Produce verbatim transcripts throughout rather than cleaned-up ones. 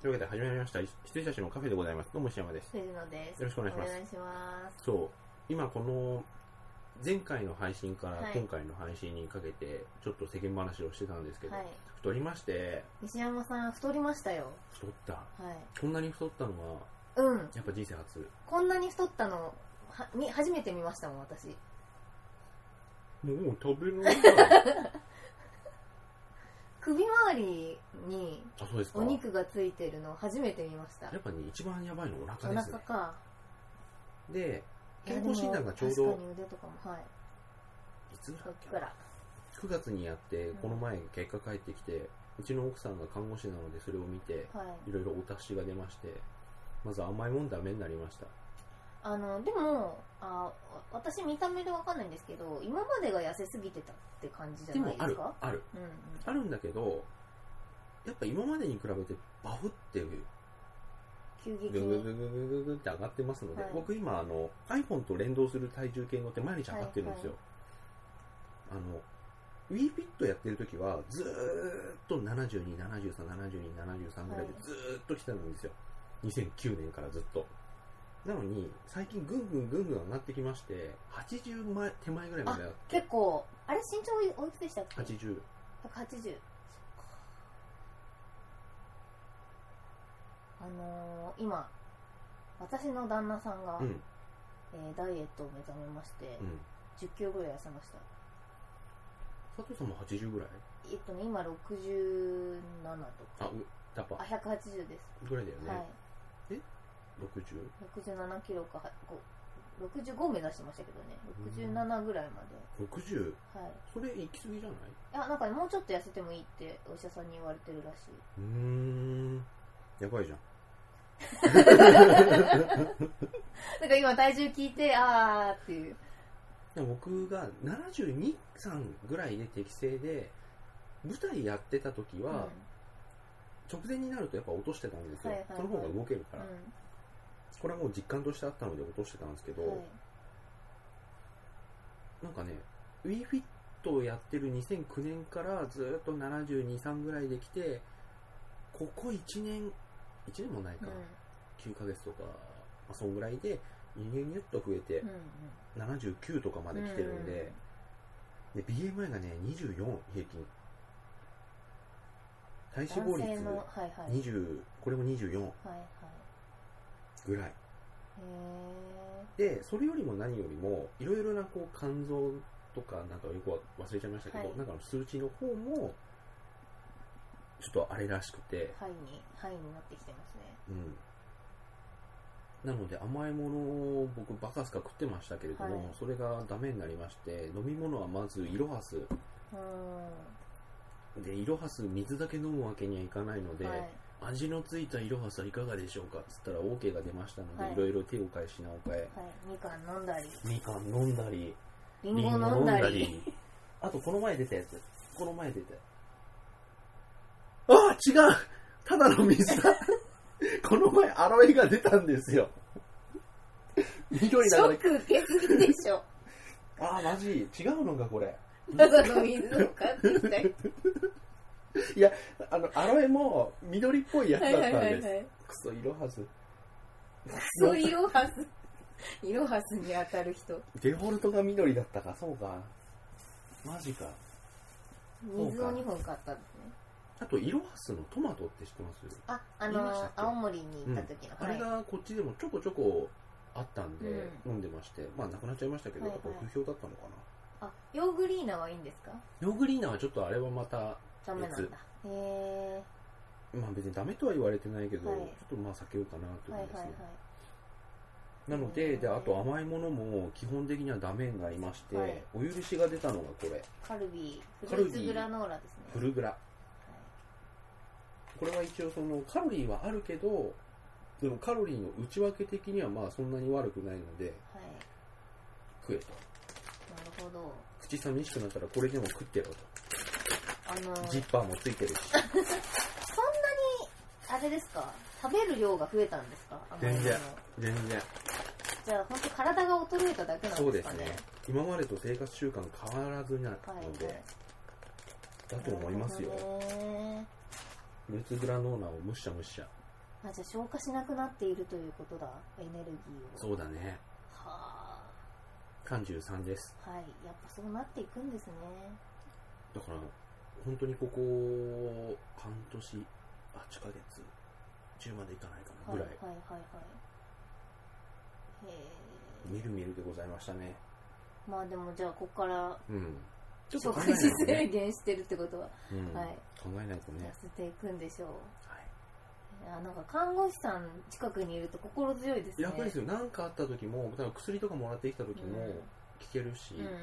というわけで始まりました羊たちのカフェでございます。どうも石山です。 藤野です。 よろしくお願いします。 お願いします。 そう今この前回の配信から今回の配信にかけてちょっと世間話をしてたんですけど、はい、太りまして。 石山さん太りましたよ。 太った、はい、こんなに太ったのはうんやっぱ人生初。 こんなに太ったのはみ初めて見ましたもん私。 もう食べられない首周りにお肉がついてるのを初めて見ました。 やっぱね一番やばいのお腹ですね。 お腹か。 で健康診断がちょうど確かに腕とかもはいいつぐらいだっけくがつにやってこの前結果返ってきて、うん、うちの奥さんが看護師なのでそれを見て、はい、いろいろお達しが出まして、まず甘いもんダメになりました。 あのでもあ私見た目でわかんないんですけど今までが痩せすぎてたって感じじゃないですか。 でもあるある、うんうん、あるんだけどやっぱ今までに比べてバフっていう急激にグググググググって上がってますので、はい、僕今あの iPhone と連動する体重計乗って毎日上がってるんですよ、はいはい、あの WeFit やってる時はずーっとななじゅうに、ななじゅうさん、ななじゅうに、ななじゅうさんぐらいでずーっと来てたんですよ、にせんきゅうねんからずっと。なのに最近ぐんぐんぐんぐん上がってきましてはちじゅう手前ぐらいまであって。 結構あれ身長おいくつでしたっけ。 はちじゅう。 ひゃくはちじゅう。あのー、今私の旦那さんが、うんえー、ダイエットを目覚めまして、うん、じゅっキロぐらい痩せました。 佐藤さんもはちじゅうぐらい。 えっとね今ろくじゅうななとか。 あ、タパ。 あ、ひゃくはちじゅうですぐらいだよね。 はい。 えろくじゅうろくじゅうななキロかろくじゅうご目指してましたけどね。ろくじゅうななぐらいまで。 ろくじゅう。はい。 それ行き過ぎじゃない？ いやなんか、ね、もうちょっと痩せてもいいってお医者さんに言われてるらしい。 うーん。やばいじゃん。 なんか今体重聞いてあーっていう。 僕がななじゅうに、さんぐらいで適正で舞台やってた時は、うん、直前になるとやっぱ落としてたんですよ、はいはいはい、その方が動けるから、うん、これはもう実感としてあったので落としてたんですけど、はい、なんかね WeFit をやってるにせんきゅうねんからずっとななじゅうに、さんぐらいできてここいちねんいちねんもないか、うん、きゅうかげつとか、まあ、そんぐらいでニュニュッと増えて、うんうん、ななじゅうきゅうとかまで来てるんで、うんうん、で ビーエムアイ がねにじゅうよん平均体脂肪率にじゅう、はいはい、これもにじゅうよんぐらい、はいはい、でそれよりも何よりもいろいろなこう肝臓とかなんかよく忘れちゃいましたけど、はい、なんか数値の方もちょっとあれらしくてハイにハイになってきてますね。 うんなので甘いものを僕バカスカ食ってましたけれども、はい、それがダメになりまして飲み物はまずイロハスでイロハス水だけ飲むわけにはいかないので、はい、味のついたイロハスはいかがでしょうかっつったら OK が出ましたので、はい、いろいろ手を変え品を変え、 はい、みかん飲んだりみかん飲んだりリンゴ飲んだりあとこの前出たやつこの前出たあ違うただの水だこの前アロエが出たんですよ緑だからショック受けすぎでしょあーマジ違うのかこれただの水を買ってきたいいやあのアロエも緑っぽいやつだったんです、はいはいはいはい、クソイロハスクソイロハスイロハスに当たる人デフォルトが緑だったかそうかマジか水をにほん買ったんですね。 あとイロハスのトマトって知ってます？ あ、あの青森に行った時の、 うんはい、あれがこっちでもちょこちょこあったんで飲んでまして、うん、まあなくなっちゃいましたけど、はいはい、不評だったのかな。あ、ヨーグリーナはいいんですか？ ヨーグリーナはちょっとあれはまたダメなんだ。へー。まあ別にダメとは言われてないけど、はい、ちょっとまあ避けようかなと思いますね。はいはいはいなので、で、あと甘いものも基本的にはダメになりまして、はい、お許しが出たのがこれ。 カルビー、フルーツグラノーラですね。 フルグラ。はい、これは一応そのカロリーはあるけど、でもカロリーの内訳的にはまあそんなに悪くないので、はい、食えと。 なるほど。 口寂しくなったらこれでも食ってろと。 あのー、 ジッパーもついてるし。 そんなに、あれですか食べる量が増えたんですか？ 全然。全然。 じゃあ本当体が衰えただけなんですかね。 そうですね。今までと生活習慣変わらずなので、はいはい、だと思いますよ。フルーツグラノーラをむしゃむしゃ。 あ、じゃあ消化しなくなっているということだ、エネルギーを。 そうだね。 はあ。 さんじゅうさんです。 はい、やっぱそうなっていくんですね。 だから本当にここ半年、はちかげつ、じゅうまでいかないかなぐらい。 はいはいはいはい。へえ。 みるみるでございましたね。 まあでもじゃあここから、 うん。 ちょっと食事制限してるってことは、 うん、 はい、 考えないとね痩せていくんでしょう。 はい。 あ、なんか看護師さん近くにいると心強いですね。 やっぱりですよ。何かあった時も、だから薬とかもらってきた時も聞けるし、うんうんうん、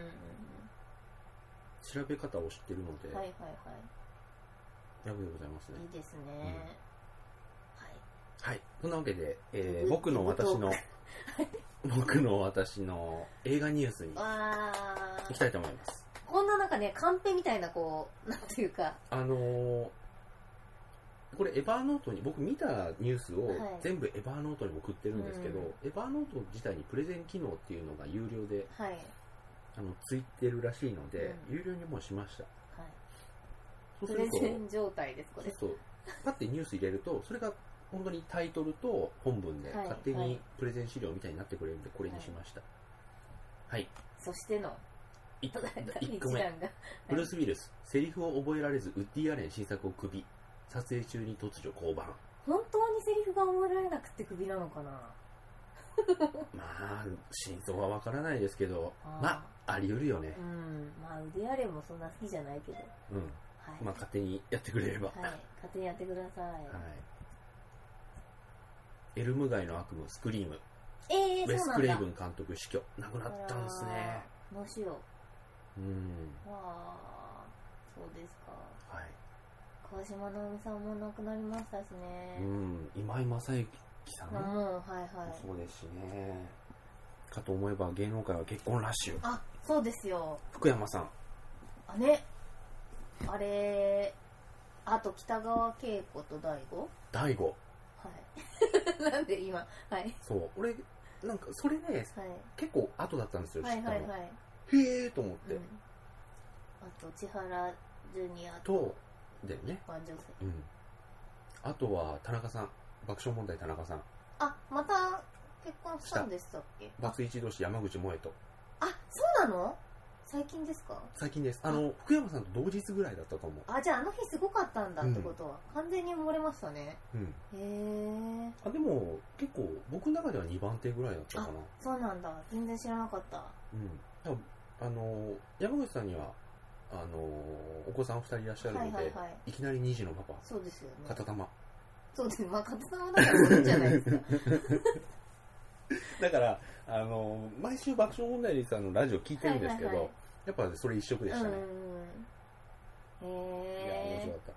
調べ方を知ってるので、 はいはいはい。 楽でございますね。 いいですね。うん、 はい。はい。そんなわけで、えー、僕の私の僕の私の映画ニュースに行きたいと思います。 こんななんかね、カンペみたいな、こう、なんていうか。 あのー、これエヴァーノートに、僕見たニュースを全部エヴァーノートに送ってるんですけど、はい、エヴァーノート自体にプレゼン機能っていうのが有料で、はい、あのついてるらしいので、うん、有料にもうしました。はい、 そうするとプレゼン状態です、これ。 そうすると、パッてニュース入れると、それが本当にタイトルと本文で勝手にプレゼン資料みたいになってくれるんで、これにしました。はい。はい、 そしてのいっこめ、ブルース・ウィルス、セリフを覚えられずウッディ・アレン新作をクビ、撮影中に突如降板。 本当にセリフが覚えられなくてクビなのかな。 まあ真相はわからないですけど、あまああり得るよね。 うん、まあウッディ・アレンもそんな好きじゃないけど、 うん、はい、まあ勝手にやってくれれば、はい、 勝手にやってください。はい。 エルム街の悪夢スクリーム、 えー、 ウェス・クレイブン監督死去、亡くなったんですね。 どうしよう。 うん。 わあ、そうですか。 はい。 川島直美さんも亡くなりましたしね。 うん。今井正幸さんもはいはい。 そうですしね。かと思えば芸能界は結婚ラッシュ。 あ、そうですよ。 福山さん。 あね。あれ、あと北川景子と大悟。 大悟。 はい。なんで今はい。 そう。俺なんかそれね、はい、結構後だったんですよ。 はいはいはい。 へえと思って、うん、 あと千原ジュニアとだよね、 一般女性、 うん、あとは田中さん、爆笑問題田中さん、 あ、また結婚したんでしたっけ。 バツイチ同士山口萌えと。 あ、そうなの。最近ですか。 最近です。あの福山さんと同日ぐらいだったと思う。 あ、じゃああの日すごかったんだってことは、うん、完全に漏れましたね。 うん、 へえ。 あ、でも結構僕の中ではにばん手ぐらいだったかな。 そうなんだ、全然知らなかった。 うん。多分あの山口さんにはあのお子さんふたりいらっしゃるので、はいはいはい、いきなりに児のパパ。 そうですよね。 片玉。 そうですね。まあ片玉だからいいんじゃないですか。 だからあの毎週爆笑問題さんのラジオ聞いてるんですけど、はいはいはい、やっぱそれ一色でしたね。 うん。へえ。 いや面白かった。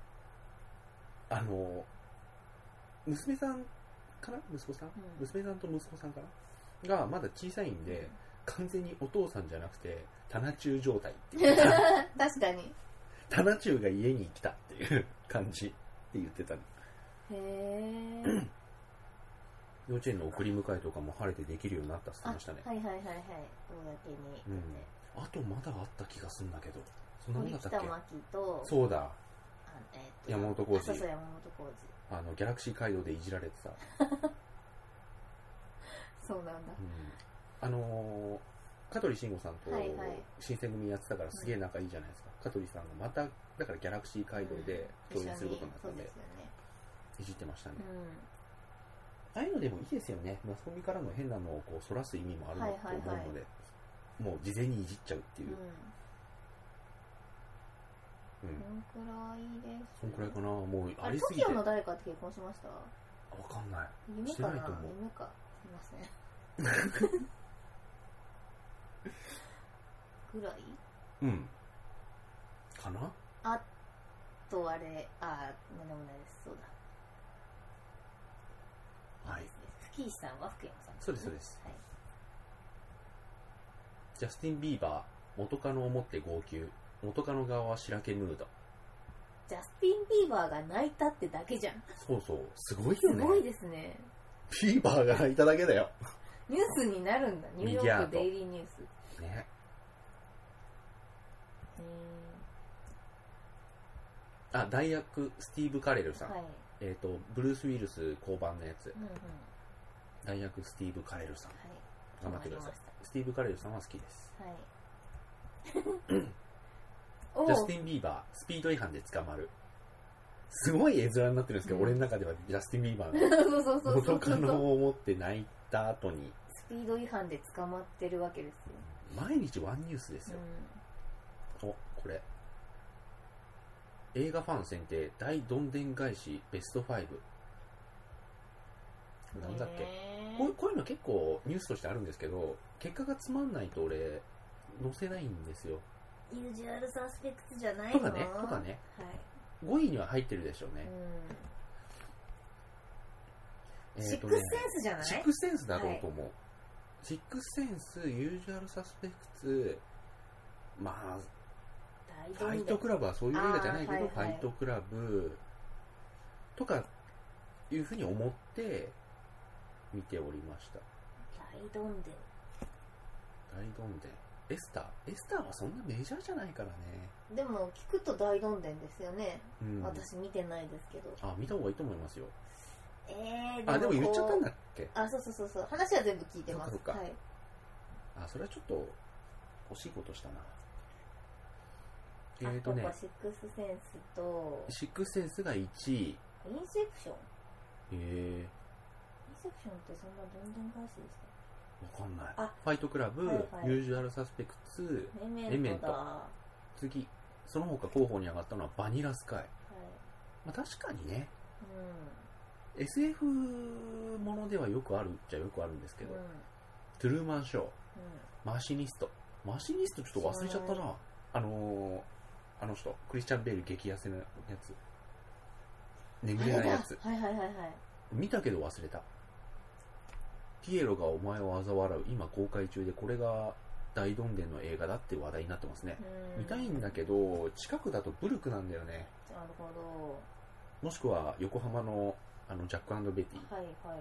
あの娘さんかな、息子さん、うん、娘さんと息子さんかながまだ小さいんで。うん、完全にお父さんじゃなくて棚中状態っていう確かに棚中が家に来たっていう感じって言ってた。へえ。 幼稚園の送り迎えとかも晴れてできるようになったって言ってましたね。 はいはいはいはい、公に、 うん、あとまだあった気がするんだけど、そんなもんだったっけ。 森北真希とそうだ、 あ、えー、と山本浩二。 そうそう、山本浩二。あのギャラクシー街道でいじられてたそうなんだ、 うん、あのー、香取慎吾さんと新選組やってたからすげえ仲いいじゃないですか、うん、香取さんがまただからギャラクシー街道で共演することになったんで、うん、でね、いじってましたね、うん、ああいうのでもいいですよね。マスコミからの変なのをこうそらす意味もあるなと思うので、はいはいはい、もう事前にいじっちゃうっていう、うんうん、そんくらいです。 そんくらいかな。もうありすぎて。 トキオの誰かって結婚しました？わかんない。 夢かな。夢か。すみません。ぐらい？ うん。かな？ あとあれ、あ、なんでもないです。そうだ。 はい。 吹石さんは福山さん、ね。 そうですそうです。 はい。 ジャスティン・ビーバー、元カノを持って号泣。元カノ側はしらけムード。 ジャスティン・ビーバーが泣いたってだけじゃん。 そうそう、すごいよね。 すごいですね。 ビーバーが泣いただけだよ。 ニュースになるんだ。ニューヨークデイリーニュース。 ね。 えー、あ、代役スティーブ・カレルさん。はい。 えーと、ブルース・ウィルス交番のやつ、 うんうん、 大役スティーブ・カレルさん、はい、頑張ってください。スティーブ・カレルさんは好きです、 はいジャスティン・ビーバースピード違反で捕まる。すごい絵面になってるんですけど、うん、俺の中ではジャスティン・ビーバーの元カノを持って泣いた後にスピード違反で捕まってるわけですよ。 毎日ワンニュースですよ、うん、お、これ映画ファン選定大どんでん返しベストファイブなんだっけ、こう、こういうの結構ニュースとしてあるんですけど、結果がつまんないと俺載せないんですよ。 ユージュアルサスペクツじゃないのとかね、とかね、はい、ごいには入ってるでしょうね、 うん、えーとね、シックスセンスじゃない？ シックスセンスだろうと思う、はい、シックスセンス、ユージュアルサスペクツ、まあファイトクラブはそういう映画じゃないけど、はいはい、ファイトクラブとかいうふうに思って見ておりました。 大どんでん大どんでんエスターエスターはそんなメジャーじゃないからね。 でも聞くと大どんでんですよね、うん、私見てないですけど。 あ、見た方がいいと思いますよ。 えー、でもあ、でも言っちゃったんだっけ。 あ、そうそうそうそう、話は全部聞いてます。 そうかそうか、 はい、 あ、それはちょっと惜しいことしたな。 えーとね、シックスセンスとシックスセンスがいちい、インセプション。 へえー、 インセプションってそんなどんでん返しでした？ わかんない。ファイトクラブ、はいはい、ユージュアルサスペクツ、 メメント、 次その他候補に上がったのはバニラスカイ、はい、まあ、確かにね、うん、エスエフ ものではよくあるっちゃよくあるんですけど、うん、トゥルーマンショー、うん、マシニストマシニストちょっと忘れちゃったな。あのー、あの人クリスチャン・ベール激痩せのやつ、眠れないやつ、 はいはいはいはい、 見たけど忘れた。ピエロがお前を嘲笑う、今公開中で、これが大どんでんの映画だって話題になってますね。見たいんだけど近くだとブルクなんだよね。 なるほど。 もしくは横浜のあのジャック&ベティ、 はいはい、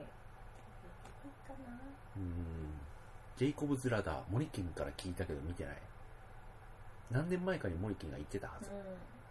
うん、ジェイコブズ・ラダー、モリキンから聞いたけど見てない。何年前かにモリキンが言ってたはず、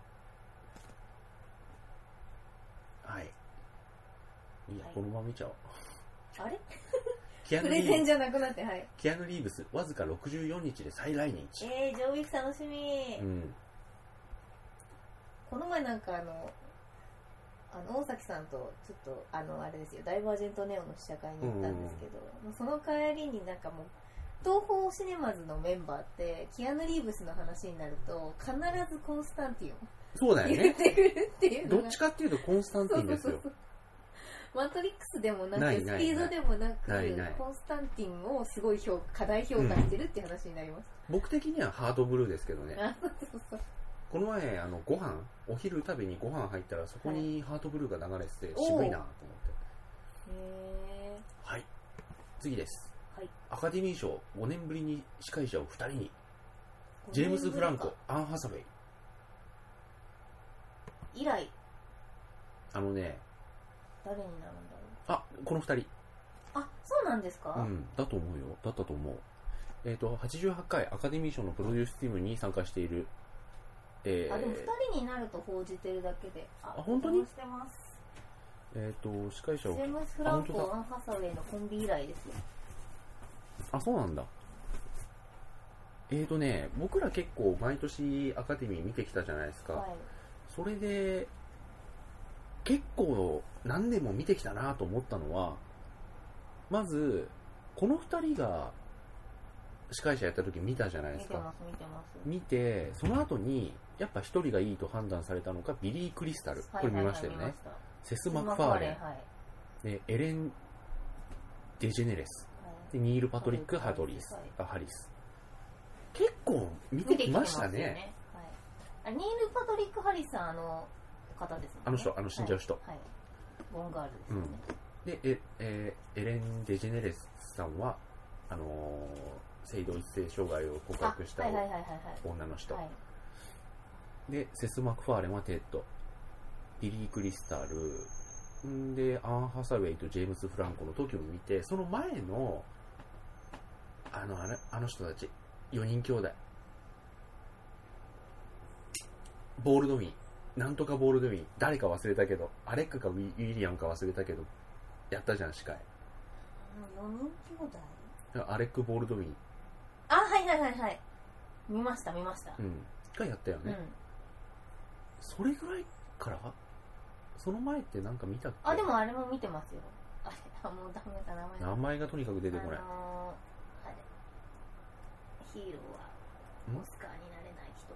うん、はい、いや、はい、このまま見ちゃおう。 あれキアヌプレゼンじゃなくなって、はい、 キアヌ・リーブスわずかろくじゅうよっかで再来日。 えー、上映楽しみ、 うん、 この前なんかあのあの大崎さんとちょっとあのあれですよ、ダイバージェントネオの試写会に行ったんですけど、うん、その帰りになんかもう東宝シネマズのメンバーってキアヌ・リーブスの話になると必ずコンスタンティンをそうだよね言ってくるっていうのが、 どっちかっていうとコンスタンティンですよ。そうそうそう、 マトリックスでもなくないないない、スピードでもなくないないコンスタンティンをすごい評過大評価してるって話になります、 うん、僕的にはハードブルーですけどね。 あ、そうそうそう、 この前あのご飯お昼食べにご飯入ったらそこにハートブルーが流れてて渋いなと思って、 へー、はい、次です、 はい、 アカデミー賞ごねんぶりに司会者をふたりに、ジェームズ・フランコ、アン・ハサウェイ以来。 あのね、 誰になるんだろう。 あ、このふたり。 あ、そうなんですか。 うん、だと思うよ。だったと思う。えっと、はちじゅうはちかいアカデミー賞のプロデュースチームに参加している、 えー、あ、でもふたりになると報じてるだけで。あ、 あ、本当にしてます。 えっと、司会者を。 ジェームス・フランコ、アン・ハサウェイのコンビ以来ですよ。 あ、そうなんだ。えっとね、僕ら結構毎年アカデミー見てきたじゃないですか。はい、それで、結構何年も見てきたなと思ったのは、まずこのふたりが司会者やった時見たじゃないですか。 見てます見てます。 見て、その後にやっぱひとりがいいと判断されたのがビリー・クリスタル、これ見ましたよね、はいはいはい、セス・マクファーレン、はい、でエレン・デジェネレス、はい、でニール・パトリック・ハドリス、はい、ハリス、結構見てきましたね。ね、 はい、あ、ニール・パトリック・ハリスさん、あの方ですね、 あの人、あの死んじゃう人、 はいはい、ボンガールですよね、 うん、でえ、えー、エレン・デジェネレスさんはあのー、性同一性障害を告白した女の人、でセス・マクファーレンはテッド、ビリー・クリスタルんでアン・ハサウェイとジェームス・フランコの時も見て、その前のあの、あの、あの人たちよにん兄弟、ボールドウィン、 なんとかボールドウィン、誰か忘れたけど、アレックかウィウィリアムか忘れたけど、やったじゃん、司会。 よにん兄弟？ アレック・ボールドウィン。 あ、はいはいはいはい。見ました見ました。 うん。がやったよね。 うん、 それぐらいからその前ってなんか見たっけ？ あ、でもあれも見てますよ。あれ、あ、もうダメだ、名前。 名前がとにかく出てこない。 あのー、あれ。ヒーローはオスカーになれない人。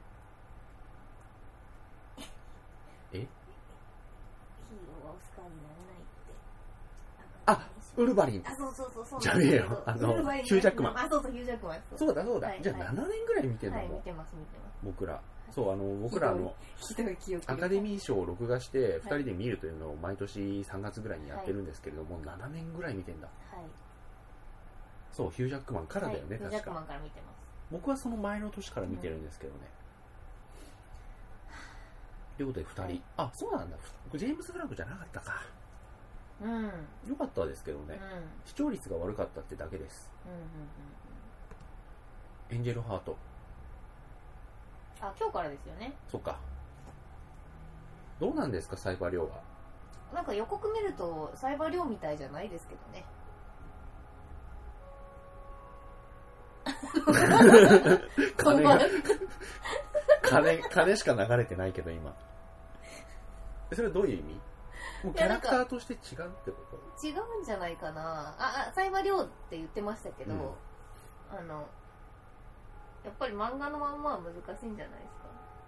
え？ヒーローはオスカーになれないって。 あ、ウルヴァリン。 あ、そうそうそうそう。 じゃねえよ。あの、ヒュージャックマン。 あ、そうそう、ヒュージャックマン。 そうだそうだ。 はい、 じゃあななねんぐらい見てんの？ はい、見てます見てます。 僕ら。そう、あの、僕らのアカデミー賞を録画してふたりで見るというのを毎年さんがつぐらいにやってるんですけれども、はい、ななねんぐらい見てんだ。はい。そう、ヒュージャックマンからだよね、 はい、 確か。 ヒュージャックマンから見てます。 僕はその前の年から見てるんですけどね。と、うん、いうことでふたり、はい、あ、そうなんだ。ジェームス・フランクじゃなかったか。 うん。 よかったですけどね、うん。視聴率が悪かったってだけです。 うんうんうん、 エンジェル・ハート。 あ、今日からですよね。 そっか。どうなんですか、サイバー量は。 なんか予告見るとサイバー量みたいじゃないですけどね。 金が金金しか流れてないけど今。それはどういう意味？もうキャラクターとして違うってこと？ 違うんじゃないかな。あ、あ、サイバー量って言ってましたけど、うん、あのやっぱり漫画のまんまは難しいんじゃないですか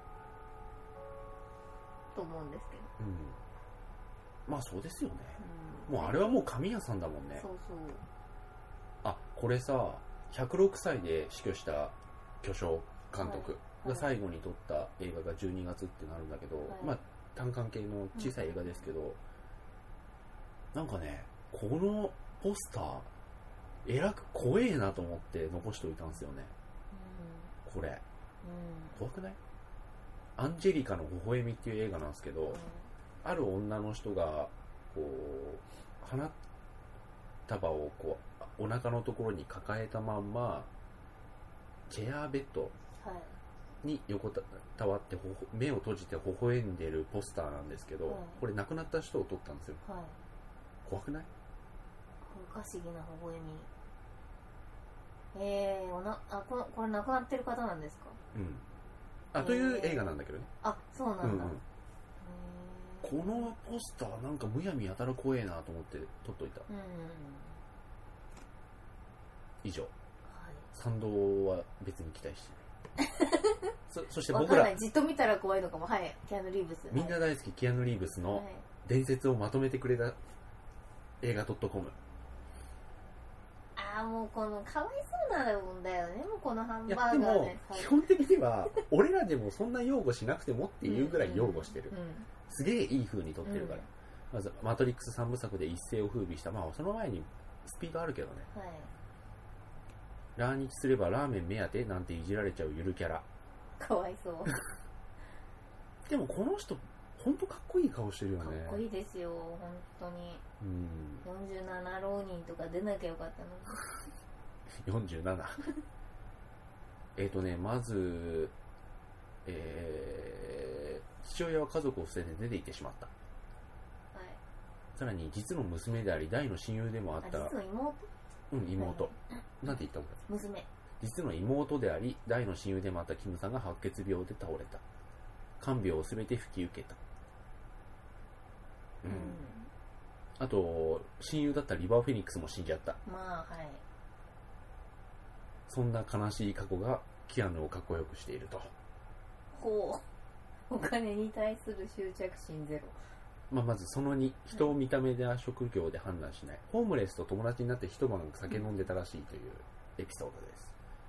と思うんですけど、 うん、まあそうですよね、うん、もうあれはもう神谷さんだもんね。 そうそう。 あ、これさ、ひゃくろくさいで死去した巨匠監督が最後に撮った映画がじゅうにがつってなるんだけど、はい、まあ単館系の小さい映画ですけど、うん、なんかね、このポスターえらく怖えなと思って残しておいたんですよね。これ、うん、怖くない？アンジェリカの微笑みっていう映画なんですけど、うん、ある女の人がこう花束をこうお腹のところに抱えたまんまチェアベッドに横たわって目を閉じて微笑んでるポスターなんですけど、はい、これ亡くなった人を撮ったんですよ、はい、怖くない？ 不可思議な微笑み。えー、おなあこのこれ亡くなってる方なんですか？ うん。あ、えー、という映画なんだけどね。 あ、そうなんだ。うんうん、 このポスターなんかむやみやたら怖えなと思って撮っといた。うんうんうん、以上。はい、賛同は別に期待してない。そ, そして僕らじっと見たら怖いのかも。はい、キアヌ・リーブス。 みんな大好きキアヌ・リーブスの伝説をまとめてくれた映画 .com。 ああ、もうこのかわいそうなもんだよね、もうこのハンバーガー、ね、 いやでも基本的には俺らでもそんな擁護しなくてもっていうぐらい擁護してる、うんうんうん、すげえいい風に撮ってるから、うん、まずマトリックスさんぶさくで一世を風靡した。まあその前にスピードあるけどね、はい、来日すればラーメン目当てなんていじられちゃうゆるキャラ。 かわいそうでもこの人本当かっこいい顔してるよね。 かっこいいですよ、本当に。うん、よんじゅうなな浪人とか出なきゃよかったのに。よんじゅうななえっとね、まず、えー、父親は家族を捨てて出て行ってしまった。はい。さらに実の娘であり大の親友でもあった。 あ、実の妹？ うん、妹。はい、なんて言ったのか。 娘。 実の妹であり大の親友でもあったキムさんが白血病で倒れた。看病をすべて引き受けた。うん、うん、あと親友だったリバー・フェニックスも死んじゃった。 まあはい。 そんな悲しい過去がキアヌをかっこよくしていると。 ほう。お金に対する執着心ゼロ。 まあ、まずそのに、人を見た目や職業で判断しない、ホームレスと友達になって一晩酒飲んでたらしいというエピソードです。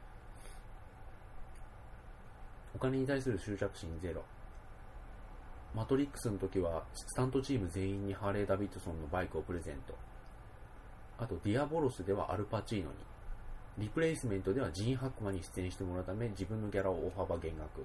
お金に対する執着心ゼロ。マトリックスの時はスタントチーム全員にハーレー・ダビッドソンのバイクをプレゼント。あとディアボロスではアルパチーノに、リプレイスメントではジーン・ハックマンに出演してもらうため自分のギャラを大幅減額、うん、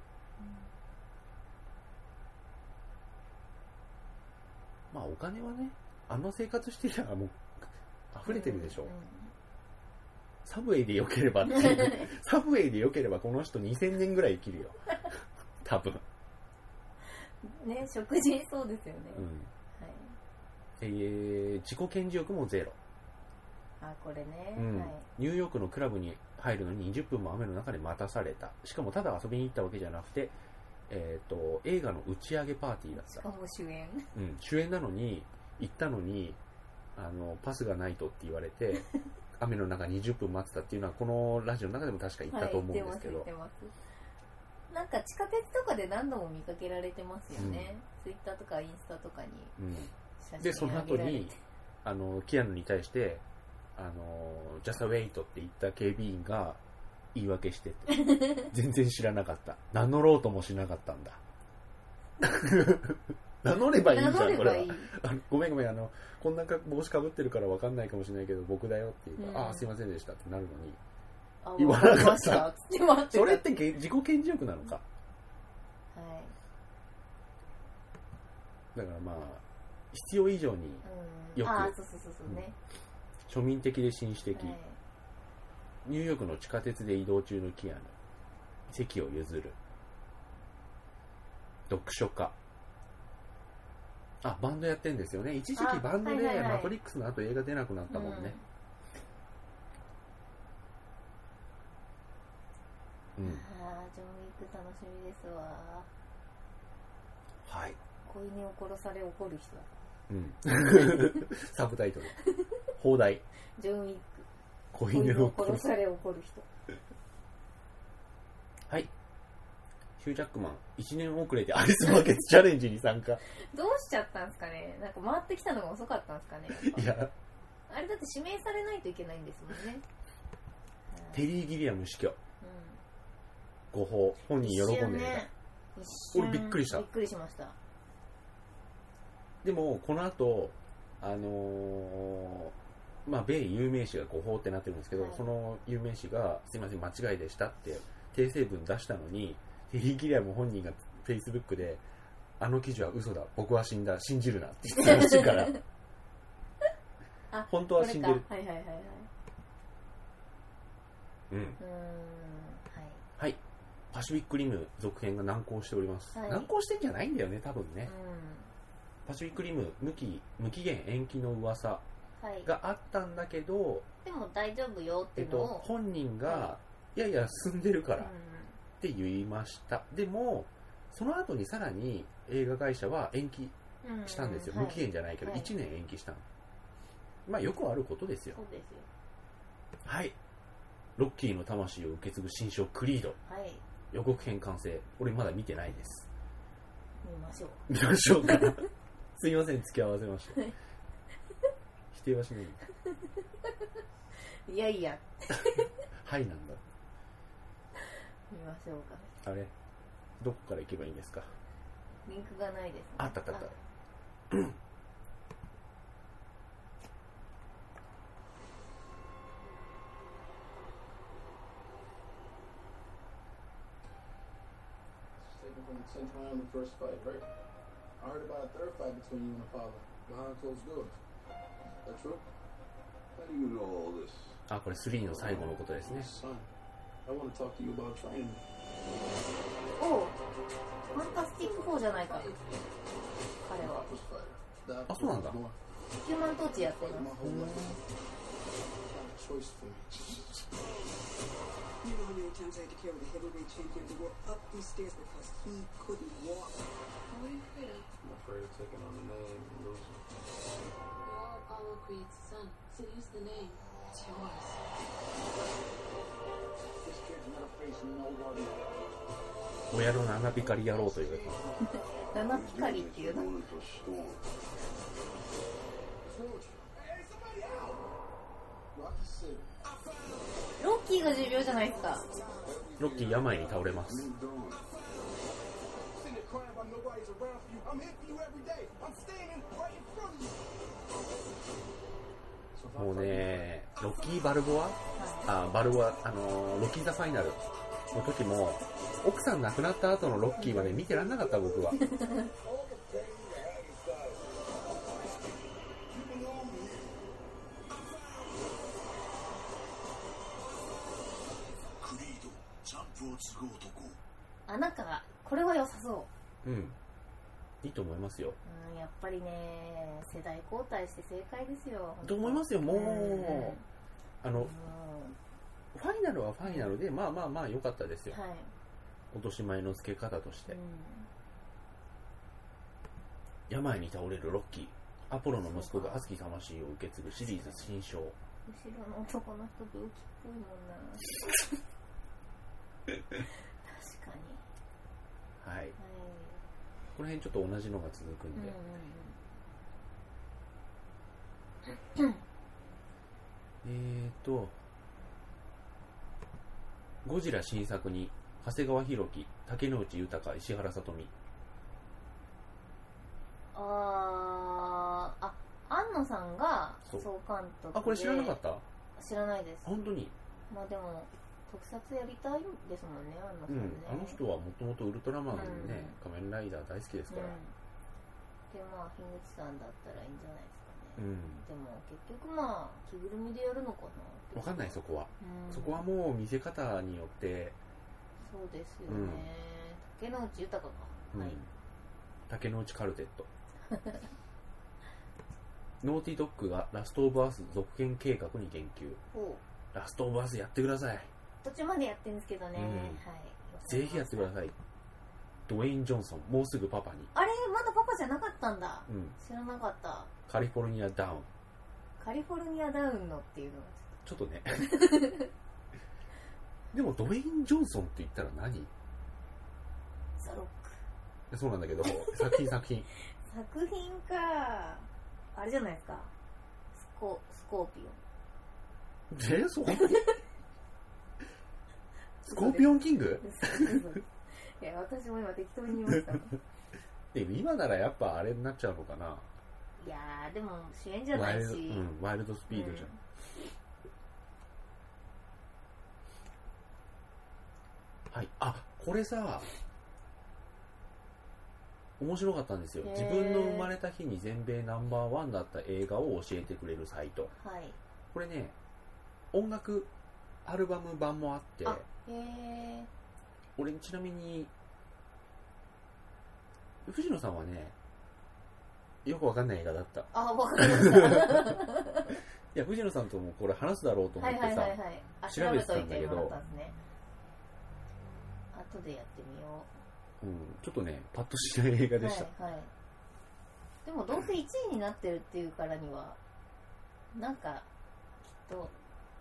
まあお金はね、あの生活してりゃもう溢れてるでしょ、うんうん、サブウェイで良ければっていうサブウェイで良ければこの人にせんねんぐらい生きるよ多分。 ね、食事そうですよね、 うん、 はい、 えー、自己顕示欲もゼロ。 あ、これね、 うん、 はい、 ニューヨークのクラブに入るのににじゅっぷんも雨の中で待たされた。しかもただ遊びに行ったわけじゃなくて、えー、と映画の打ち上げパーティーだった。 しかも主演、 うん、主演なのに行ったのにあのパスがないとって言われて雨の中にじゅっぷん待ってたっていうのはこのラジオの中でも確か言ったと思うんですけど、 はい、言ってます言ってます。なんか地下鉄とかで何度も見かけられてますよね、うん、ツイッターとかインスタとかに写真上げられて、うん、でその後にあのキアヌに対してあのジャストウェイトって言った警備員が言い訳してて全然知らなかった、名乗ろうともしなかったんだ名乗ればいいじゃん、これは。あのごめんごめん、あのこんな帽子かぶってるから分かんないかもしれないけど僕だよって言うと、うん、ああすいませんでしたってなるのに言わなかった。それって自己顕示欲なのか、はい、だからまあ必要以上によく、うん、あそうそうそうそうね、うん、庶民的で紳士的、はい、ニューヨークの地下鉄で移動中のキアヌ、席を譲る、読書家、あ、バンドやってんですよね。一時期バンドで、はいはいはい、マトリックスの後映画出なくなったもんね。うん。うん、 ああ、ジョンウィック楽しみですわ。 はい。 子犬を殺され怒る人。 うん。サブタイトル。放題。 ジョンウィック。 子犬を殺され怒る人。 はい。ヒュージャックマンいちねん遅れでアリスバケツチャレンジに参加。 どうしちゃったんですかね。なんか回ってきたのが遅かったんですかね。 いや、 あれだって指名されないといけないんですもんね。 テリー・ギリアム死去、うん、誤報、本人喜んでる、ね、俺びっくりした。 びっくりしました。 でもこの後あのー、まあ米有名詞が誤報ってなってるんですけど、はい、その有名詞がすいません間違いでしたって訂正文出したのに、テリー・ギリアム本人がフェイスブックであの記事は嘘だ、僕は死んだ、信じるなって言ってたらしいからあ、本当は死んでる。 はいはいはいはい。 うん。うーん、はい。はい。パシフィックリム続編が難航しております。はい、難航してんじゃないんだよね、多分ね。うん、パシフィックリム無期無期限延期の噂があったんだけど、はい、 でも大丈夫よっていうのを、 えっと、本人が、はい、いやいや進んでるから。うんって言いました。でもその後にさらに映画会社は延期したんですよ、うんうん、無期限じゃないけど、はい、いちねん延期したの。まあよくあることですよ。 そうですよ。 はい。ロッキーの魂を受け継ぐ新章クリード、はい、予告編完成。俺まだ見てないです。 見ましょう。 見ましょうかすいません、付き合わせました否定はしないいやいやはいなんだ。 見ましょうか。 あれどこから行けばいいんですか。 リンクがないです、ね、 あったあったあったあ、これスリーの最後のことですね。 I want to talk to you about training. おう、ファンタスティックフォーじゃないか。彼は。 あ、そうなんだ。 ヒューマントーチやってるの。 親の七ピカリ野郎というか七ピカリっていうのロッキーが重病じゃないですか。 ロッキー病に倒れます。もうね、ロッキーバルボア、あ、バルボア、あのロッキーザファイナルの時も奥さん亡くなった後のロッキーまで見てらんなかった僕は。 あ、なんかこれは良さそう。 うん。 いいと思いますよ。 うん、やっぱりね世代交代して正解ですよ。 と思いますよ。もう、うん、あの、うん、ファイナルはファイナルで、まあまあまあ良かったですよ、はい、落とし前の付け方として、うん、病に倒れるロッキー、アポロの息子が熱き魂を受け継ぐシリーズ新章。後ろの男の人病気っぽいもんな確かに、 はい、はい、この辺ちょっと同じのが続くんで、うんうんうん、えーとゴジラ新作に長谷川博己、竹野内豊、石原さとみ。 あーあ、庵野さんが総監督で。 あ、これ知らなかった？ 知らないです。 本当に？まあでも特撮やりたいですもんね、庵野さんね、 うん、あの人はもともとウルトラマンでね、うん、仮面ライダー大好きですから、うん、 でまあ樋口さんだったらいいんじゃないですかね、うん、でも結局まあ着ぐるみでやるのかなわかんない、そこは、うん、そこはもう見せ方によって。 そうですよね、うん、竹野内豊か、うん、はい、 竹野内カルテットノーティドッグがラストオブアス続編計画に言及。ラストオブアスやってください。 途中までやってるんですけどね、うん、はい、 ぜひやってください。ドウェイン・ジョンソン、もうすぐパパに。 あれまだパパじゃなかったんだ、うん、知らなかった。 カリフォルニアダウン。 カリフォルニアダウンのっていうのがちょっとねでもドウェイン・ジョンソンって言ったら何？ ザ・ロック。そうなんだけど作品作品作品かあれじゃないですか、スコ、スコーピオン。え、そうスコーピオンキングいや、私も今適当に言いましたでも今ならやっぱあれになっちゃうのかな。 いやーでも主演じゃないし、 ワイルド、うん、ワイルドスピードじゃん、うん、はい。あ、これさ面白かったんですよ。自分の生まれた日に全米ナンバーワンだった映画を教えてくれるサイト、はい、これね音楽アルバム版もあって、あ、へー、俺ちなみに藤野さんはねよくわかんない映画だった。 あ、わかりましたいや藤野さんともこれ話すだろうと思ってさ、はいはいはいはい、調べてたんだけど、後でやってみよう。うん、ちょっとねパッとしない映画でした、はいはい、 でもどうせいちいになってるっていうからにはなんかきっと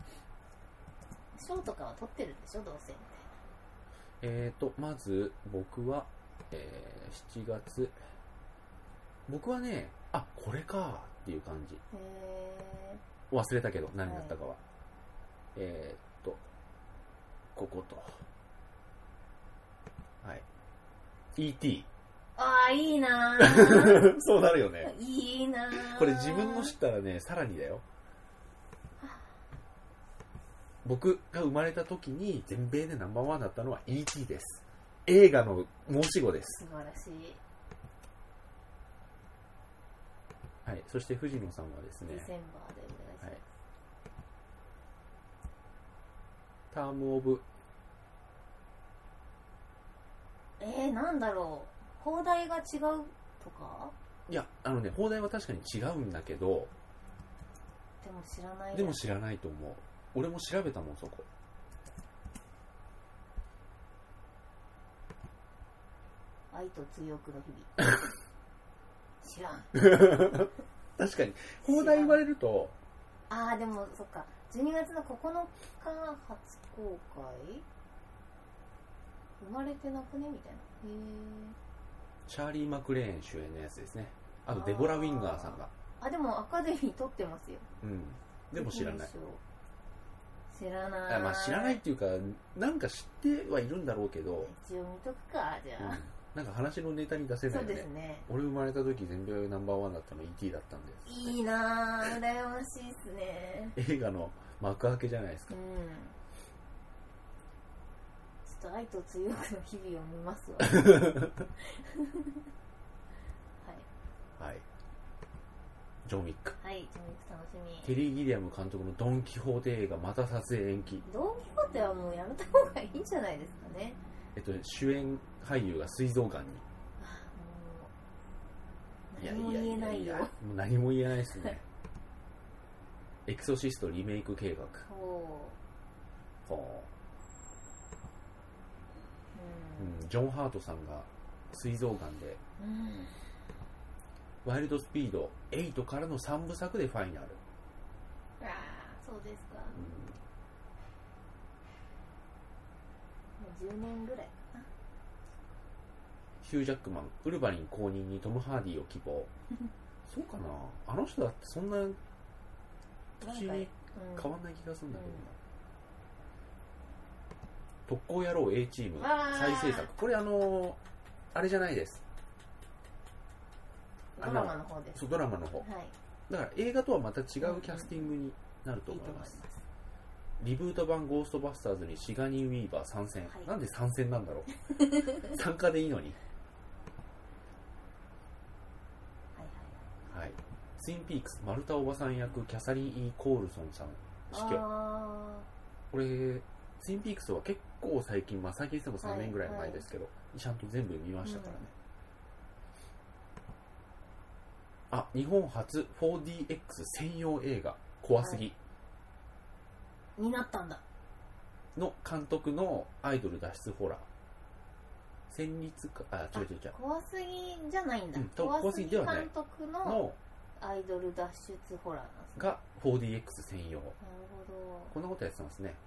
賞とかは取ってるんでしょ、どうせみたいな。えーとまず僕は、えー、しちがつ僕はね、あ、これかっていう感じ。へー、忘れたけど何だったかは、はい、えーとこことはい、イーティー。 ああ、いいなそうなるよね。 いいなこれ自分の知ったらねさらにだよ。僕が生まれた時に全米でナンバーワンだったのは イーティー です。映画の申し子です。 素晴らしい。 はい、そして藤野さんはですね、 ディセンバーでお願いします、はい、 タームオブ、 えー、なんだろう、放題が違うとか。 いや、あのね、放題は確かに違うんだけど、 でも知らない。 でも知らないと思う。俺も調べたもん、そこ。 愛と追憶の日々知らん確かに放題言われると、 ああ、でもそっか、じゅうにがつのここのか初公開、生まれてなくねみたいな。へー、チャーリー・マクレーン主演のやつですね。あとデボラ・ウィンガーさんが。 あ、でもアカデミー取ってますよ。 うん、でも知らない。 知らない。 まあ知らないっていうか、なんか知ってはいるんだろうけど、 一応見とくか、じゃあ、うん、 なんか話のネタに出せないよね。 そうですね。 俺生まれた時全米ナンバーワンだったの イーティー だったんです。 いいなぁ、羨ましいっすね。 映画の幕開けじゃないですか。うん。 ちょっと愛と追憶の日々を見ますわ。はい。 はい。ジョン・ウィック。 はい、ジョン・ウィック楽しみ。 テリー・ギリアム監督のドン・キホーテ映画また撮影延期。 ドン・キホーテはもうやめた方がいいんじゃないですかね。 えっと主演俳優が膵臓がんに。 何も言えないよ。 いやいやいやいや、もう何も言えないですね。エクソシストリメイク計画。 ほう。ほう。うん、ジョン・ハートさんが膵臓がんで、 うん、 ワイルドスピードエイトからのさんぶさくでファイナル。 ああ、そうですか。 うん、 もうじゅうねんぐらいかな。 ヒュージャックマン、ウルヴァリン公認にトム・ハーディを希望。そうかな、あの人だってそんな年に変わんない気がするんだけどな。うん、特攻野郎 A チーム再制作。これあのー、あれじゃないです。 ドラマの方です。 そう、ドラマの方、はい、だから映画とはまた違うキャスティングになると思います。リブート版ゴーストバスターズにシガニー・ウィーバー参戦、はい、なんで参戦なんだろう参加でいいのに。はいはい、はい、ツインピークスマルタおばさん役キャサリン・イー・コールソンさん死去。これツインピークスは結構最近、まあ最近でもさんねんぐらい前ですけど、はいはい、ちゃんと全部見ましたからね、うん、あ、日本初 フォーディーエックス 専用映画怖すぎ、はい、 になったんだの監督のアイドル脱出ホラー。戦慄か、あ、違う違う違う、 怖すぎじゃないんだ、 うん、怖すぎではない。 監督のアイドル脱出ホラーなんですね。 が フォーディーエックス 専用。なるほど。 こんなことやってますね。へ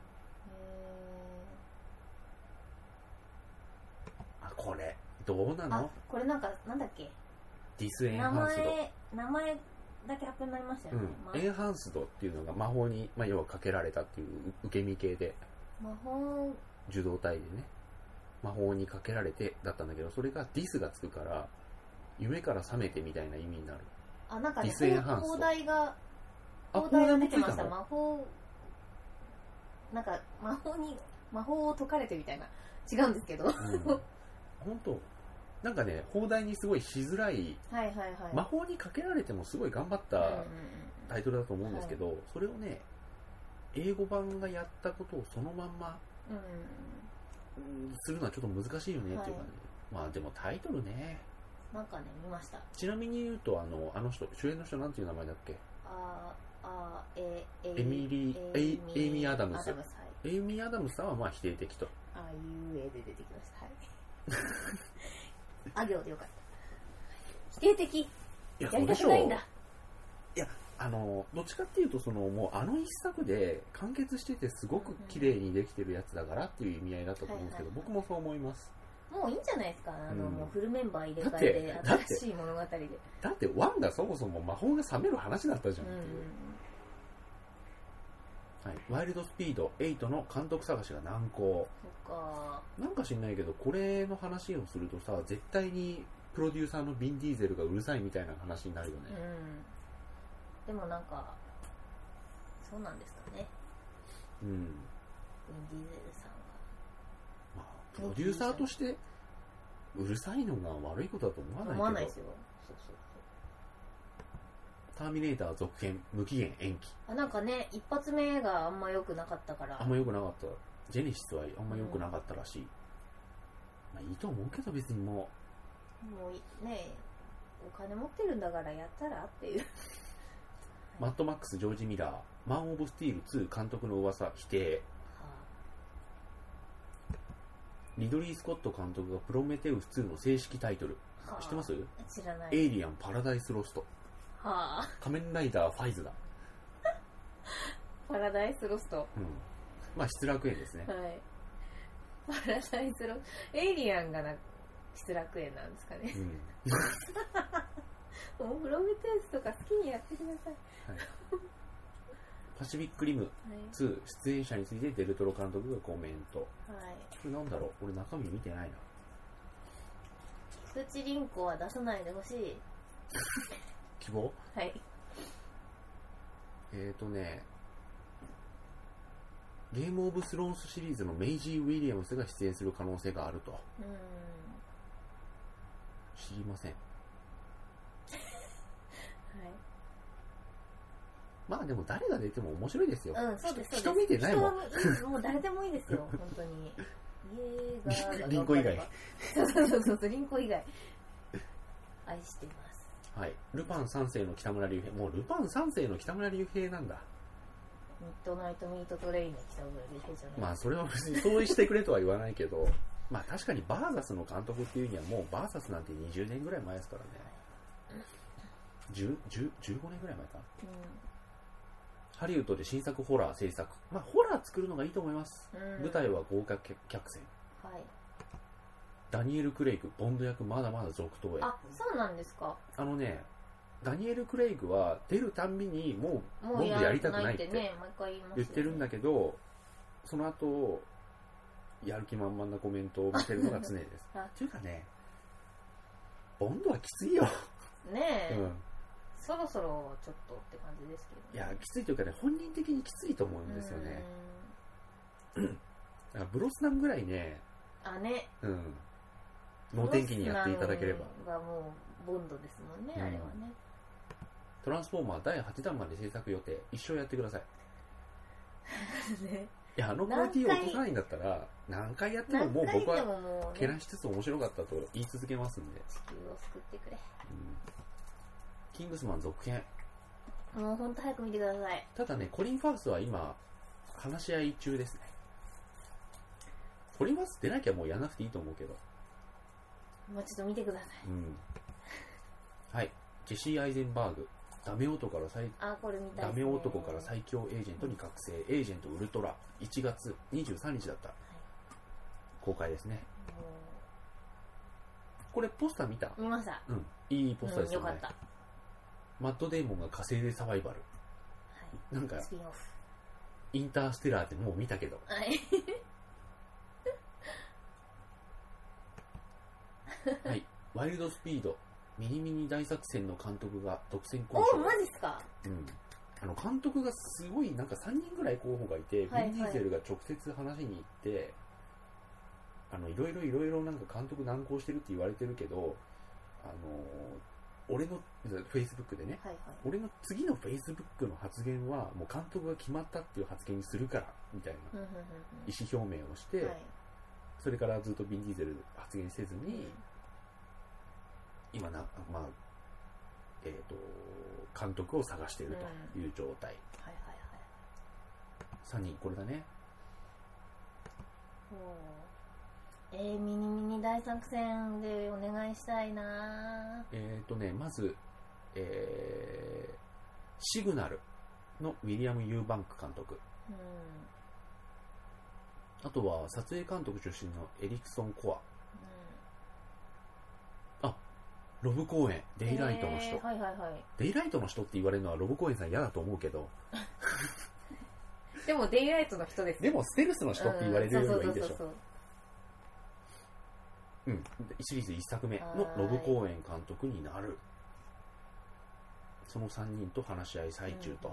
ー。あ、これどうなの？ あ、これなんかなんだっけ？ ディスエンハンスド。 名前名前だけ発表になりましたよね。 うん、エンハンスドっていうのが魔法に、まあ、要はかけられたっていう受け身系で、 魔法受動体でね、魔法にかけられてだったんだけど、それがディスがつくから夢から覚めてみたいな意味になる。 あ、なんかね、 ディスエンハンスド。 放題が放題が出てました。魔法なんか魔法に魔法を解かれてみたいな、違うんですけど、うん、 本当なんかね、放題にすごいしづらい、 はいはいはい、 魔法にかけられてもすごい頑張ったタイトルだと思うんですけど、はい、それをね、英語版がやったことをそのまんま、うん、するのはちょっと難しいよねっていうかね、はい、まあでもタイトルね、 なんかね、見ました。 ちなみに言うと、あの、あの人、主演の人なんていう名前だっけ？ ああ、えエミリー、エイ、エイミー・アダムス。アダムス、はい、エイミー・アダムスさんはまあ否定的と。 ああいう絵で出てきました。はい。あ行でよかった。否定的。 いや、 やりたくないんだ。 いや、あの、どっちかっていうと、その、もうあの一作で完結しててすごく綺麗にできてるやつだからっていう意味合いだと思うんですけど、はいはいはい、僕もそう思います。 もういいんじゃないですか、あの、うん、もうフルメンバー入れ替えで新しい物語で。 だってワンがそもそも魔法が覚める話だったじゃんっていう、うん、はい、ワイルドスピードエイトの監督探しが難航。 そっか。 なんか知んないけど、これの話をするとさ、絶対にプロデューサーのビン・ディーゼルがうるさいみたいな話になるよね、 うん、でもなんかそうなんですかね、 うん、 ビン・ディーゼルさんまあ、プロデューサーとしてうるさいのが悪いことだと思わないけど。 思わないですよ。そうそうそう。 ターミネーター続編無期限延期。 あ、なんかね、一発目があんま良くなかったから。 あんま良くなかった。ジェネシスはあんま良くなかったらしい。うん、まあいいと思うけど別にもう。もうね、お金持ってるんだからやったらっていう。 マッドマックス・ジョージ・ミラー、マン・オブ・スティールツー監督の噂否定。リドリー・スコット監督がプロメテウスツーの正式タイトル、はあ、知ってます？ 知らない。 エイリアン・パラダイス・ロスト、 はあ、 仮面ライダー・ファイズだ。 パラダイス・ロスト、 うん、まあ失楽園ですね。 はい。パラダイス・ロスト、エイリアンがな失楽園なんですかね。うん、もうプロメテウスとか好きにやってください。はい、 パシフィックリムツー出演者についてデルトロ監督がコメント。はい。これなんだろう、俺中身見てないな。 菊池凛子は出さないでほしい。 希望？ はい。 えーとね、ゲームオブスローンスシリーズのメイジー・ウィリアムスが出演する可能性があると。うーん。知りません。はい。まあでも誰が出ても面白いですよ。 うん、そうです。 人見てないもん。 もう誰でもいいですよ、本当に。映画がリンコ以外。 そうそうそうそう、リンコ以外。愛してます。 はい、ルパン三世の北村隆平、もうルパン三世の北村隆平なんだ。 ミッドナイトミートトレインの北村隆平じゃない。 まあそれは別にそうしてくれとは言わないけどまあ確かにバーサスの監督っていうにはもうバーサスなんてにじゅうねんぐらい前ですからね。じゅう、じゅう、じゅうごねんぐらい前か、うん、ハリウッドで新作ホラー制作、まあホラー作るのがいいと思います、うん、舞台は豪華客船、はい、ダニエル・クレイグボンド役まだまだ続投へ。 あ、そうなんですか。 あのね、ダニエル・クレイグは出るたんびにもうボンドやりたくないって言ってるんだけど、その後やる気満々なコメントを見せるのが常ですっていうかね、ボンドはきついよねえ、 うん、 そろそろちょっとって感じですけど、ね、 いやきついというかね、本人的にきついと思うんですよね。だからブロスナンぐらいね、 あね、 うん、能天気にやっていただければ。 がもうボンドですもんね、うん、あれはね。 トランスフォーマーだいはちだんまで制作予定、一生やってくださいね、いや、あのクオリティを落とさないんだったら何回やってももう僕はけなしつつ面白かったと言い続けますんで。 地球を救ってくれ、うん、 キングスマン続編、 もうほんと早く見てください。 ただね、コリン・ファースは今話し合い中ですね。コリン・ファース出なきゃもうやらなくていいと思うけど、 もうちょっと見てください、 うん、はい。ジェシー・アイゼンバーグ、ダメ男から最あこれ見たいダメ男から最強エージェントに覚醒、エージェントウルトラ、いちがつにじゅうさんにちだった、はい、公開ですね。これポスター見た？ 見ました。 うん、いいポスターですよね、 うん、よかった。 マッドデーモンが火星でサバイバル、はい、なんかスピンオフ。 インターステラーってもう見たけど、 はいはい、ワイルドスピードミニミニ大作戦の監督が独占交渉。 お、マジっすか。 うん、あの監督がすごいなんかさんにんぐらい候補がいて、はいはい、ビン・ディーゼルが直接話しに行ってあのいろいろいろいろなんか監督難航してるって言われてるけど、あの俺のフェイスブックでね、はいはい、俺の次のフェイスブックの発言はもう監督が決まったっていう発言にするからみたいな意思表明をして、はい、それからずっとビン・ディーゼル発言せずに、うん、今な、まあえーと、監督を探しているという状態、うん、はいはいはい、さんにんこれだね。 えー、ミニミニ大作戦でお願いしたいな。 えっ、ー、とね、まず、えー、シグナルのウィリアム・ユーバンク監督、うん、あとは撮影監督出身のエリクソン・コア、うん、あ、ロブ・コーエン、デイライトの人、 えーはいはいはい、 デイライトの人って言われるのはロブ・コーエンさん嫌だと思うけどでもデイライトの人です、 でもステルスの人って言われるよりはいいでしょ。うん、シリーズいっさくめのロブ・コーエン監督になる。そのさんにんと話し合い最中と、うん、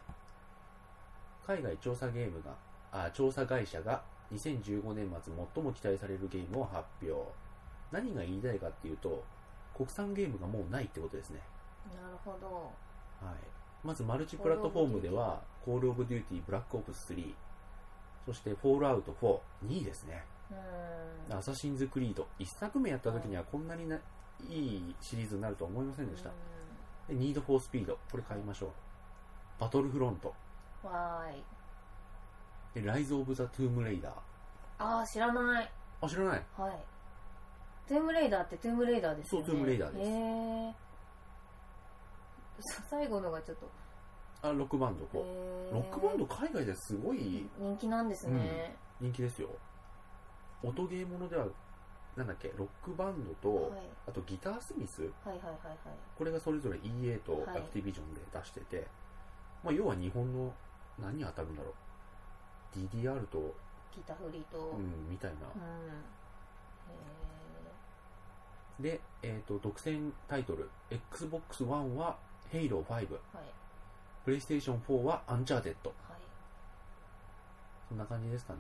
海外調査ゲームがあ調査会社がにせんじゅうごねん末最も期待されるゲームを発表。何が言いたいかっていうと、国産ゲームがもうないってことですね。 なるほど、 はい、まずマルチプラットフォームではコールオブデューティーブラックオプススリー、そしてフォールアウトフォー、にいですね。うん、アサシンズクリードいっさくめやった時にはこんなにないいシリーズになるとは思いませんでした。でニードフォースピード、これ買いましょう。バトルフロント、 わーい。 でライズオブザトゥームレイダー、 あー知らない。 あ知らない。 はい。トゥームレイダーってトゥームレイダーですよね。 そう、トゥームレイダーです。 へー、最後のがちょっとあロックバンド、こうロックバンド海外ですごい人気なんですね、 うん、人気ですよ。音ゲーものではなんだっけ、ロックバンドと、はい、あとギタースミス、はいはいはいはい、これがそれぞれ イーエー とアクティビジョンで出してて、はい、まあ、要は日本の何に当たるんだろう、 ディーディーアール とギターフリーと、 うん、みたいな、うん、 へで、えーと、独占タイトル エックスボックスワン は ヘイローファイブ、はい、プレイステーションフォーはアンチャーテッド、はい、そんな感じですかね。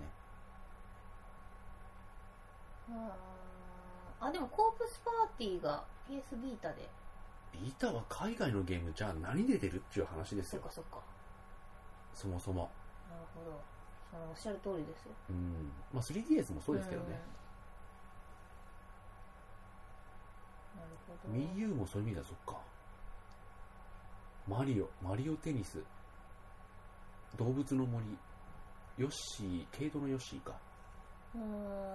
あ、でもコープスパーティーが ピーエス ビータで。 ビータは海外のゲームじゃあ何で出るっていう話ですよ。 そっかそっか。 そもそも。 なるほど。そのおっしゃる通りですよ。 うん。まあ スリーディーエス もそうですけどね。 なるほど。 Wii U もそういう意味ではそっか。 マリオマリオテニス、動物の森、ヨッシー、ケイトのヨッシーか。 うーん、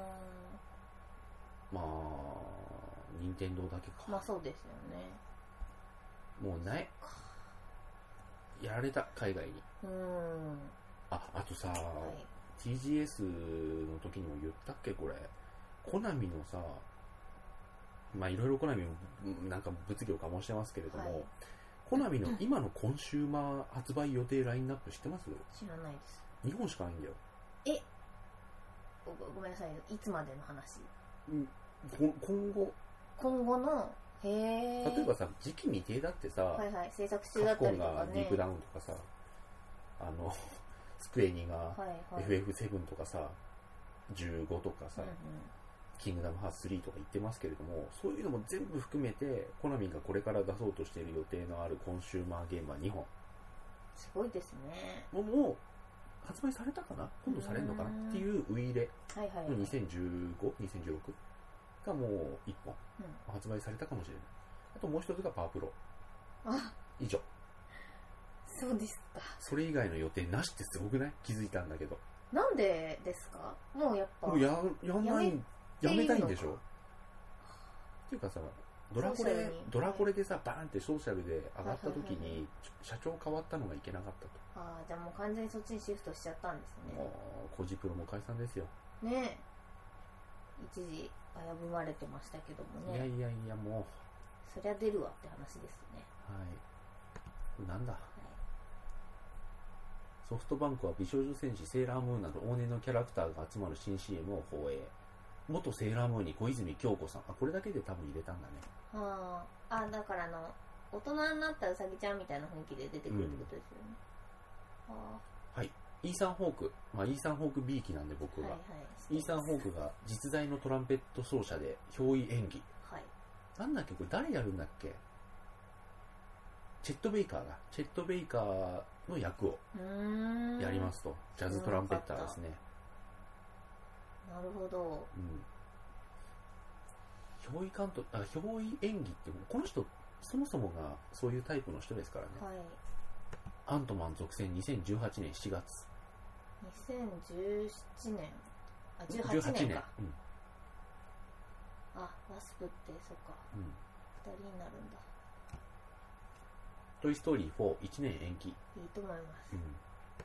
まあ任天堂だけか。 まあそうですよね。 もうないやられた、海外に。 うーん、 ああとさ、 はい、 ティージーエス の時にも言ったっけ、これコナミのさ、まあいろいろコナミもなんか物議を醸してますけれども、はい、コナミの今のコンシューマー発売予定ラインナップ知ってます？ 知らないです。 にほんしかないんだよ。 え、ご、ごめんなさい、いつまでの話？ うん今後今後の、へー、 例えばさ、時期未定だってさ、 はいはい、制作中だったりとかね、 カプコンがディープダウンとかさ、あのスクエニが エフエフセブン とかさ、じゅうごとかさ、うんうん、キングダムハーツスリーとか言ってますけれども、そういうのも全部含めてコナミがこれから出そうとしている予定のあるコンシューマーゲームはにほん。 すごいですね。 もう、もう発売されたかな、今度されるのかなっていうウイイレのにせんじゅうご、にせんじゅうろくがもういっぽん発売されたかもしれない。あともう一つがパワープロ。 あ、 以上。 そうですか。 それ以外の予定なしってすごくない？気づいたんだけど。 なんでですか？もうやっぱ。 もうや、やんない、やめたいんでしょ？っていうかさ、ドラコレ、ドラコレでさ、バーンってソーシャルで上がった時に、社長変わったのがいけなかったと。 ああ、じゃあもう完全にそっちにシフトしちゃったんですね。 もう、コジプロも解散ですよ。 ねえ。一時、危ぶまれてましたけどもね。 いやいやいや、もう。 そりゃ出るわって話ですね。 はい。なんだ。はい、ソフトバンクは美少女戦士セーラームーンなど往年のキャラクターが集まる新 シーエム を放映。元セーラームーンに小泉京子さん。あ、これだけで多分入れたんだね。 はあ。あ、だからあの、大人になったうさぎちゃんみたいな雰囲気で出てくるってことですよね。うん、はあ。はい。 イーサン・ホーク、まあ、イーサン・ホーク B 期なんで僕は、はいはい、イーサン・ホークが実在のトランペット奏者で憑依演技、はい、なんだっけこれ誰やるんだっけ、チェット・ベイカーだ、チェット・ベイカーの役をやりますと、ジャズトランペッターですね。 なるほど、 うん、憑依監督、あ、憑依演技ってこの人そもそもがそういうタイプの人ですからね、はい、アントマン続編にせんじゅうはちねんしちがつ、 にせんじゅうななねん、あ、じゅうはちねんか、うん、あ、ワスプってそっか、うん、ふたりになるんだ。 トイストーリーフォー、いちねん延期。いいと思います、うん、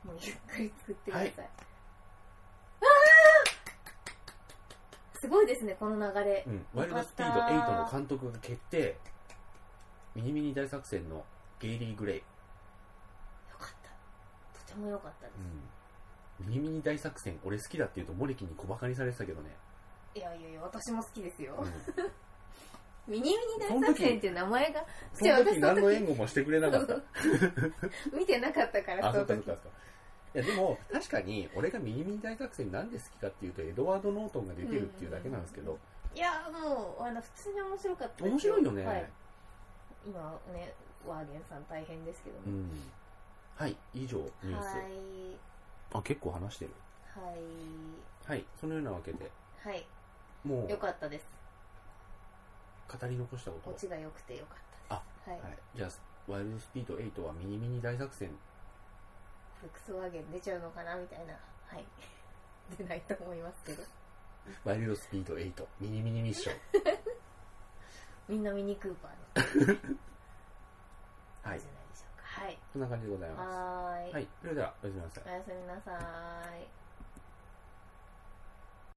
もうゆっくり作ってください、はい、あーすごいですねこの流れ、 うん、ワイルドスピードエイトの監督が決定。ミニミニ大作戦のゲイリー・グレイ、よかった、とてもよかったです、 うん、ミニミニ大作戦俺好きだって言うとモレキに小バカにされてたけどね。 いやいやいや私も好きですよ、うんミニミニ大作戦っていう名前が、 その時何の援護もしてくれなかった見てなかったから。 あ、そっかそっかそっか。いやでも確かに俺がミニミニ大作戦なんで好きかっていうとエドワード・ノートンが出てるっていうだけなんですけど、 いやもうあの普通に面白かったですよ。 面白いよね、はい、今ねワーゲンさん大変ですけどね、 うん、はい以上ニュース、はい、あ結構話してる、 はいはいそのようなわけで、 はいもうよかったです。 語り残したことオチが良くてよかったです。 あ、はいはい、じゃあワイルドスピードエイトはミニミニ大作戦フックスワーゲン出ちゃうのかなみたいな、はい出ないと思いますけどワイルドスピードエイトミニミニミッションみんなミニクーパーのはいじゃないでしょうか。はいそんな感じでございます。 はーい、 はい、それではおやすみなさい。 おやすみなさい。